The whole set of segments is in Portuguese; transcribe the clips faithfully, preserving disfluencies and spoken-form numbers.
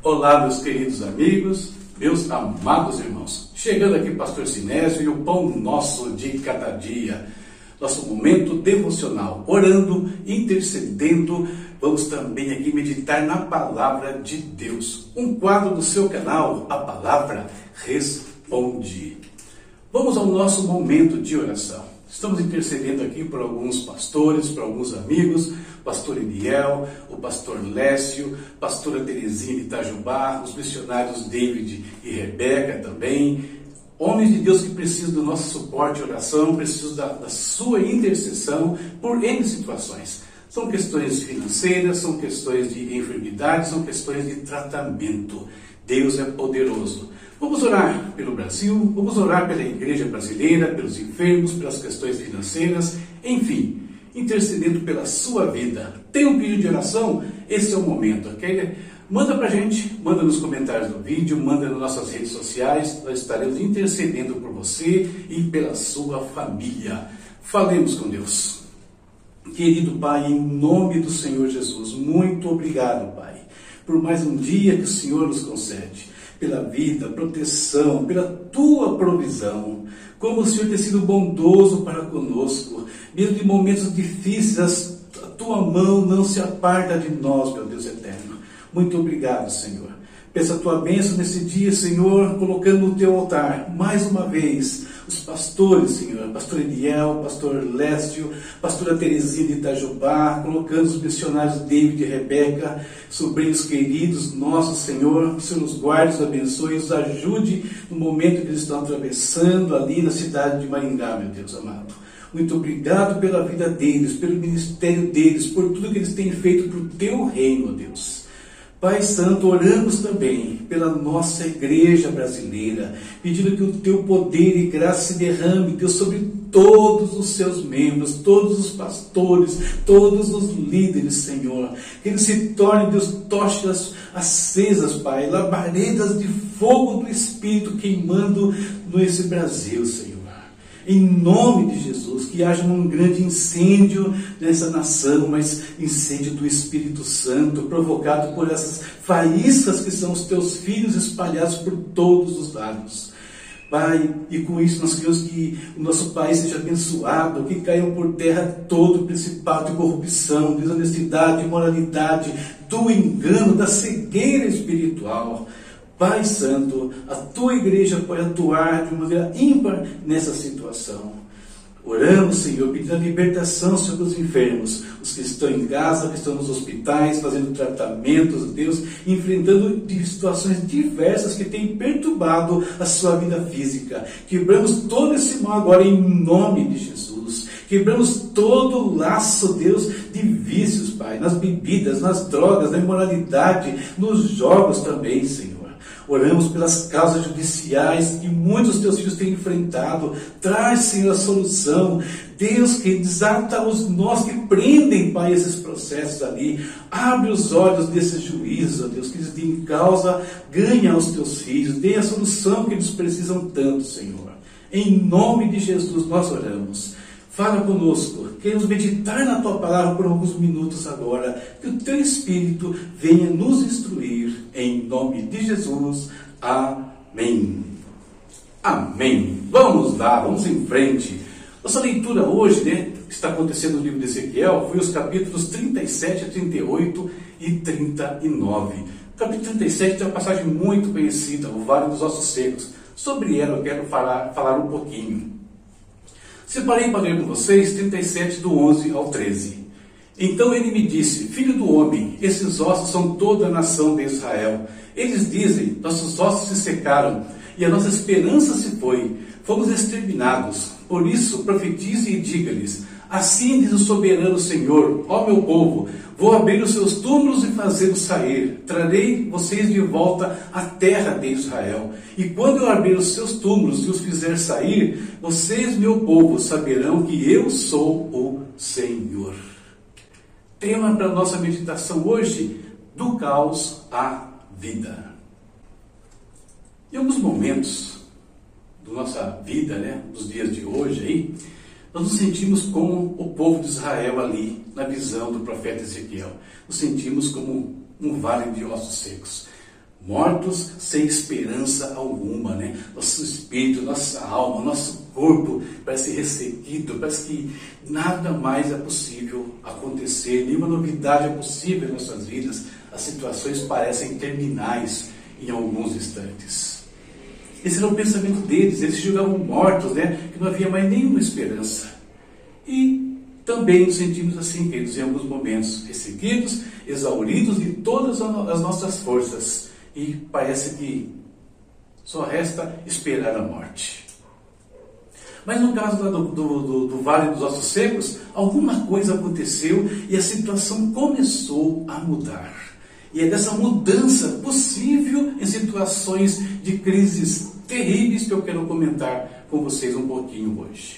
Olá, meus queridos amigos, meus amados irmãos. Chegando aqui, Pastor Sinésio, e o pão nosso de cada dia. Nosso momento devocional, orando, intercedendo. Vamos também aqui meditar na Palavra de Deus. Um quadro do seu canal, a Palavra Responde. Vamos ao nosso momento de oração. Estamos intercedendo aqui por alguns pastores, por alguns amigos, pastor Eliel, o pastor Lécio, pastora Terezinha de Itajubá, os missionários David e Rebeca também, homens de Deus que precisam do nosso suporte e oração, precisam da, da sua intercessão por N situações. São questões financeiras, são questões de enfermidade, são questões de tratamento. Deus é poderoso. Vamos orar pelo Brasil, vamos orar pela igreja brasileira, pelos enfermos, pelas questões financeiras, enfim, intercedendo pela sua vida. Tem um pedido de oração? Esse é o momento, ok? Manda pra gente, manda nos comentários do vídeo, manda nas nossas redes sociais, nós estaremos intercedendo por você e pela sua família. Falemos com Deus. Querido Pai, em nome do Senhor Jesus, muito obrigado, Pai, por mais um dia que o Senhor nos concede, pela vida, proteção, pela Tua provisão. Como o Senhor tem sido bondoso para conosco, mesmo em momentos difíceis, a Tua mão não se aparta de nós, meu Deus eterno. Muito obrigado, Senhor. Peço a Tua bênção nesse dia, Senhor, colocando no Teu altar, mais uma vez, os pastores, Senhor, pastor Eliel, pastor Lécio, pastora Terezinha de Itajubá, colocando os missionários David e Rebeca, sobrinhos queridos, nosso Senhor, o Senhor os guarde, os abençoe, os ajude no momento que eles estão atravessando ali na cidade de Maringá, meu Deus amado. Muito obrigado pela vida deles, pelo ministério deles, por tudo que eles têm feito para o Teu reino, Deus. Pai Santo, oramos também pela nossa igreja brasileira, pedindo que o Teu poder e graça se derrame, Deus, sobre todos os Seus membros, todos os pastores, todos os líderes, Senhor. Que eles se tornem, Deus, tochas acesas, Pai, labaredas de fogo do Espírito queimando nesse Brasil, Senhor. Em nome de Jesus, que haja um grande incêndio nessa nação, mas incêndio do Espírito Santo, provocado por essas faíscas que são os Teus filhos espalhados por todos os lados. Pai, e com isso nós queremos que o nosso país seja abençoado, que caiam por terra todo o principado de corrupção, desonestidade, imoralidade, do engano, da cegueira espiritual. Pai Santo, a Tua igreja pode atuar de maneira ímpar nessa situação. Oramos, Senhor, pedindo a libertação sobre os enfermos, os que estão em casa, que estão nos hospitais, fazendo tratamentos, Deus, enfrentando situações diversas que têm perturbado a sua vida física. Quebramos todo esse mal agora em nome de Jesus. Quebramos todo o laço, Deus, de vícios, Pai, nas bebidas, nas drogas, na imoralidade, nos jogos também, Senhor. Oramos pelas causas judiciais que muitos dos Teus filhos têm enfrentado. Traz, Senhor, a solução. Deus, que desata os nós que prendem, Pai, esses processos ali. Abre os olhos desses juízes, ó Deus, que eles têm causa, ganha aos Teus filhos. Dê a solução que eles precisam tanto, Senhor. Em nome de Jesus nós oramos. Fala conosco, queremos meditar na Tua palavra por alguns minutos agora, que o Teu Espírito venha nos instruir, em nome de Jesus, amém. Amém. Vamos lá, vamos em frente. Nossa leitura hoje, né, que está acontecendo no livro de Ezequiel, foi os capítulos trinta e sete, trinta e oito e trinta e nove. O capítulo trinta e sete tem uma passagem muito conhecida, o Vale dos Ossos Secos. Sobre ela eu quero falar, falar um pouquinho. Separei para ler com vocês trinta e sete, do onze ao treze. Então ele me disse: Filho do homem, esses ossos são toda a nação de Israel. Eles dizem: nossos ossos se secaram e a nossa esperança se foi. Fomos exterminados. Por isso profetize e diga-lhes: assim diz o soberano Senhor, ó meu povo, vou abrir os seus túmulos e fazê-los sair. Trarei vocês de volta à terra de Israel. E quando eu abrir os seus túmulos e os fizer sair, vocês, meu povo, saberão que eu sou o Senhor. Tema para a nossa meditação hoje: do caos à vida. Em alguns momentos da nossa vida, né, dos dias de hoje, aí, nós nos sentimos como o povo de Israel ali, na visão do profeta Ezequiel. Nos sentimos como um vale de ossos secos. mortos sem esperança alguma, né? Nosso espírito, nossa alma, nosso corpo parece ressequido, parece que nada mais é possível acontecer, nenhuma novidade é possível em nossas vidas, as situações parecem terminais em alguns instantes. Esse era o pensamento deles, eles se julgavam mortos, né? Que não havia mais nenhuma esperança. E também nos sentimos assim, queridos, em alguns momentos, ressequidos, exauridos de todas as nossas forças. E parece que só resta esperar a morte. Mas no caso do, do, do, do Vale dos Ossos Secos, alguma coisa aconteceu e a situação começou a mudar. E é dessa mudança possível em situações de crises terríveis que eu quero comentar com vocês um pouquinho hoje.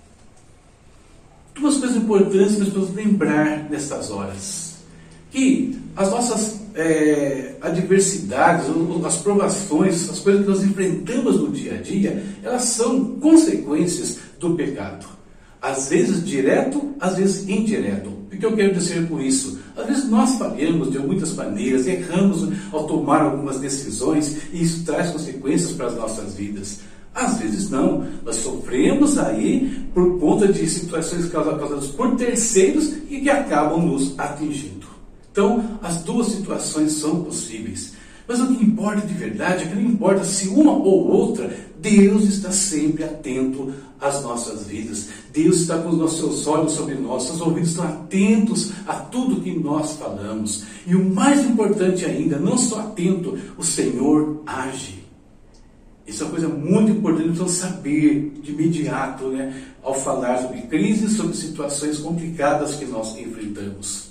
Duas coisas importantes que nós precisamos lembrar nessas horas. Que as nossas é, adversidades, as provações, as coisas que nós enfrentamos no dia a dia, elas são consequências do pecado. Às vezes direto, às vezes indireto. O que eu quero dizer com isso? Às vezes nós falhamos de muitas maneiras, erramos ao tomar algumas decisões e isso traz consequências para as nossas vidas. Às vezes não, nós sofremos aí por conta de situações causadas por terceiros e que acabam nos atingindo. Então, as duas situações são possíveis. Mas o que importa de verdade é que não importa se uma ou outra, Deus está sempre atento às nossas vidas. Deus está com os seus olhos sobre nós, seus ouvidos estão atentos a tudo que nós falamos. E o mais importante ainda, não só atento, o Senhor age. Isso é uma coisa muito importante, precisamos saber de imediato, né, ao falar sobre crises, sobre situações complicadas que nós enfrentamos.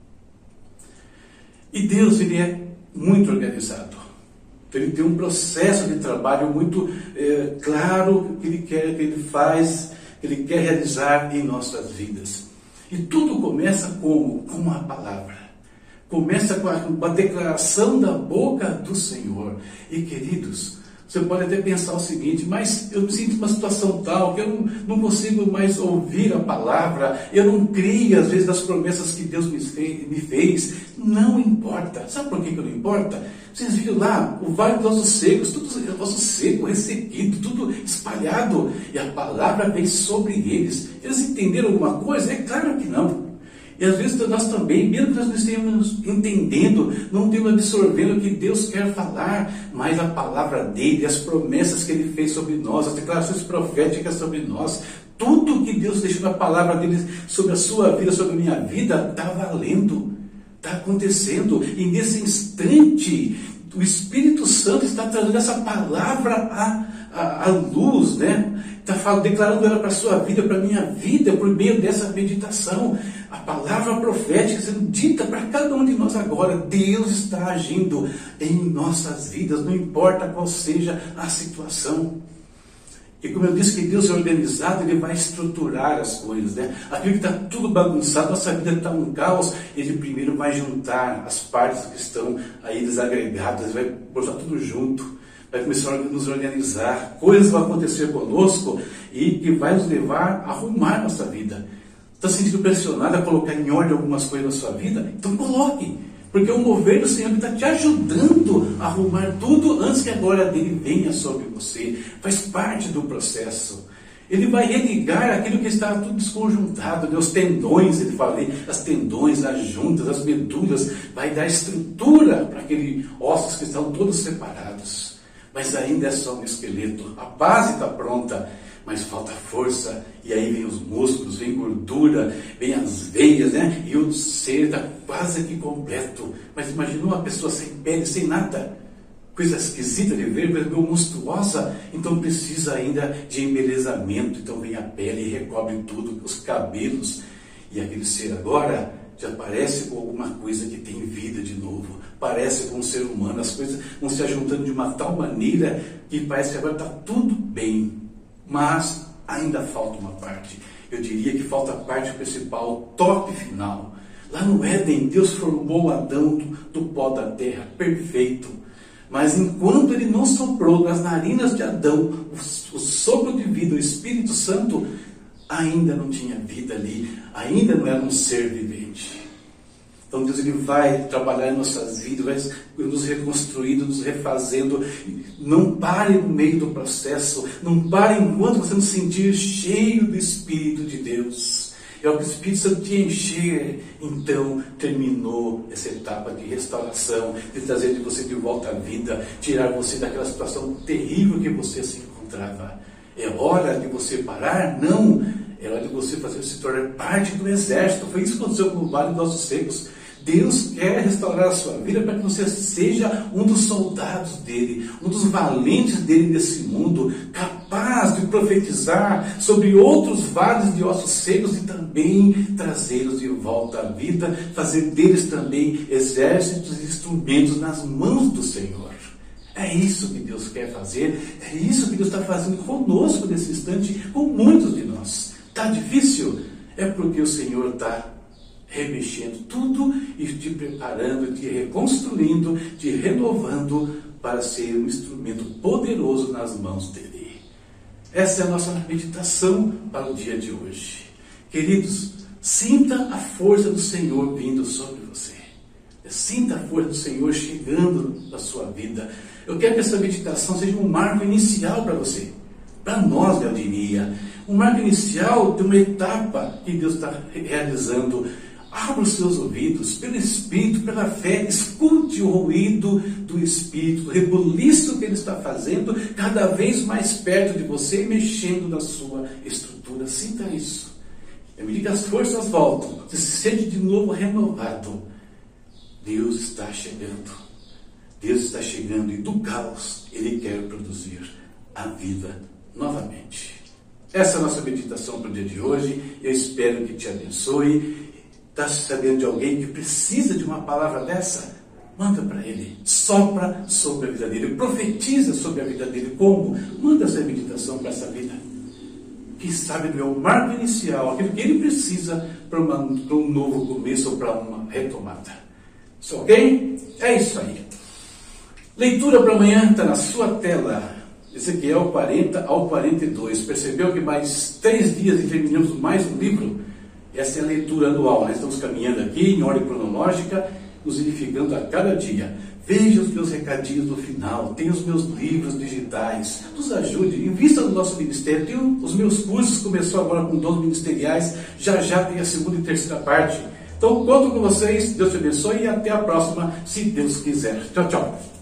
E Deus, Ele é muito organizado. Ele tem um processo de trabalho muito é, claro que Ele quer, que Ele faz, que Ele quer realizar em nossas vidas. E tudo começa como? Com uma palavra. Começa com a, com a declaração da boca do Senhor. E queridos, você pode até pensar o seguinte, mas eu me sinto numa situação tal que eu não, não consigo mais ouvir a palavra, eu não creio às vezes nas promessas que Deus me fez. Me fez. Não importa. Sabe por que, que não importa? Vocês viram lá, o Vale dos Ossos Secos, tudo osso seco, ressequido, tudo espalhado, e a palavra vem sobre eles. Eles entenderam alguma coisa? É claro que não. E às vezes nós também, mesmo que nós não estejamos entendendo, não estamos absorvendo o que Deus quer falar, mas a palavra dele, as promessas que ele fez sobre nós, as declarações proféticas sobre nós, tudo que Deus deixou na palavra dele sobre a sua vida, sobre a minha vida, está valendo, está acontecendo. E nesse instante, o Espírito Santo está trazendo essa palavra à, à, à luz, né? Está declarando ela para a sua vida, para a minha vida, por meio dessa meditação. A palavra profética sendo dita para cada um de nós agora. Deus está agindo em nossas vidas, não importa qual seja a situação. E como eu disse que Deus é organizado, Ele vai estruturar as coisas, né? Aquilo que está tudo bagunçado, nossa vida está um caos, Ele primeiro vai juntar as partes que estão aí desagregadas, Ele vai botar tudo junto. Vai começar a nos organizar, coisas vão acontecer conosco e que vai nos levar a arrumar nossa vida. Está se sentindo pressionado a colocar em ordem algumas coisas na sua vida? Então coloque, porque o mover do Senhor está te ajudando a arrumar tudo antes que a glória dele venha sobre você. Faz parte do processo. Ele vai religar aquilo que está tudo desconjuntado, né? Os tendões, ele fala ali, as tendões, as juntas, as medulas, vai dar estrutura para aqueles ossos que estão todos separados. Mas ainda é só um esqueleto. A base está pronta, mas falta força. E aí vem os músculos, vem gordura, vem as veias, né? E o ser está quase que completo. Mas imagina uma pessoa sem pele, sem nada. Coisa esquisita de ver, coisa meio monstruosa. Então precisa ainda de embelezamento. Então vem a pele e recobre tudo, os cabelos. E aquele ser agora já parece com alguma coisa que tem vida de novo. Parece com um ser humano. As coisas vão se ajuntando de uma tal maneira que parece que agora está tudo bem. Mas ainda falta uma parte. Eu diria que falta a parte principal, o toque final. Lá no Éden, Deus formou Adão do, do pó da terra, perfeito. Mas enquanto ele não soprou nas narinas de Adão o, o sopro de vida, o Espírito Santo, ainda não tinha vida ali, ainda não era um ser vivente. Então Deus ele vai trabalhar em nossas vidas, vai nos reconstruindo, nos refazendo. Não pare no meio do processo, não pare enquanto você não se sentir cheio do Espírito de Deus. É o que o Espírito Santo te encher, então terminou essa etapa de restauração, de trazer de você de volta à vida, tirar você daquela situação terrível que você se encontrava. É hora de você parar? Não! É hora de você fazer se tornar parte do exército. Foi isso que aconteceu com o Vale dos Ossos Secos. Deus quer restaurar a sua vida para que você seja um dos soldados dele, um dos valentes dele nesse mundo, capaz de profetizar sobre outros vales de ossos secos e também trazê-los de volta à vida, fazer deles também exércitos e instrumentos nas mãos do Senhor. É isso que Deus quer fazer, é isso que Deus está fazendo conosco nesse instante, com muitos de nós. Está difícil? É porque o Senhor está remexendo tudo e te preparando, te reconstruindo, te renovando para ser um instrumento poderoso nas mãos dele. Essa é a nossa meditação para o dia de hoje. Queridos, sinta a força do Senhor vindo sobre você. Sinta a força do Senhor chegando na sua vida. Eu quero que essa meditação seja um marco inicial para você. Para nós, eu diria. Um marco inicial de uma etapa que Deus está realizando. Abra os seus ouvidos pelo Espírito, pela fé, escute o ruído do Espírito, o rebuliço que Ele está fazendo cada vez mais perto de você, mexendo na sua estrutura. Sinta isso. À medida que as forças voltam, você se sente de novo renovado. Deus está chegando. Deus está chegando e do caos Ele quer produzir a vida novamente. Essa é a nossa meditação para o dia de hoje. Eu espero que te abençoe. Está sabendo de alguém que precisa de uma palavra dessa? Manda para ele. Sopra sobre a vida dele. Profetiza sobre a vida dele. Como? Manda essa meditação para essa vida. Quem sabe não é o marco inicial, aquilo que ele precisa para, uma, para um novo começo ou para uma retomada. Isso ok? É isso aí. Leitura para amanhã está na sua tela. Ezequiel quarenta ao quarenta e dois. Percebeu que mais três dias e terminamos mais um livro? Essa é a leitura anual. Nós estamos caminhando aqui em ordem cronológica, nos edificando a cada dia. Veja os meus recadinhos no final. Tem os meus livros digitais. Nos ajude. Invista no nosso ministério. Tem os meus cursos. Começou agora com dons ministeriais. Já já tem a segunda e terceira parte. Então, conto com vocês. Deus te abençoe e até a próxima, se Deus quiser. Tchau, tchau.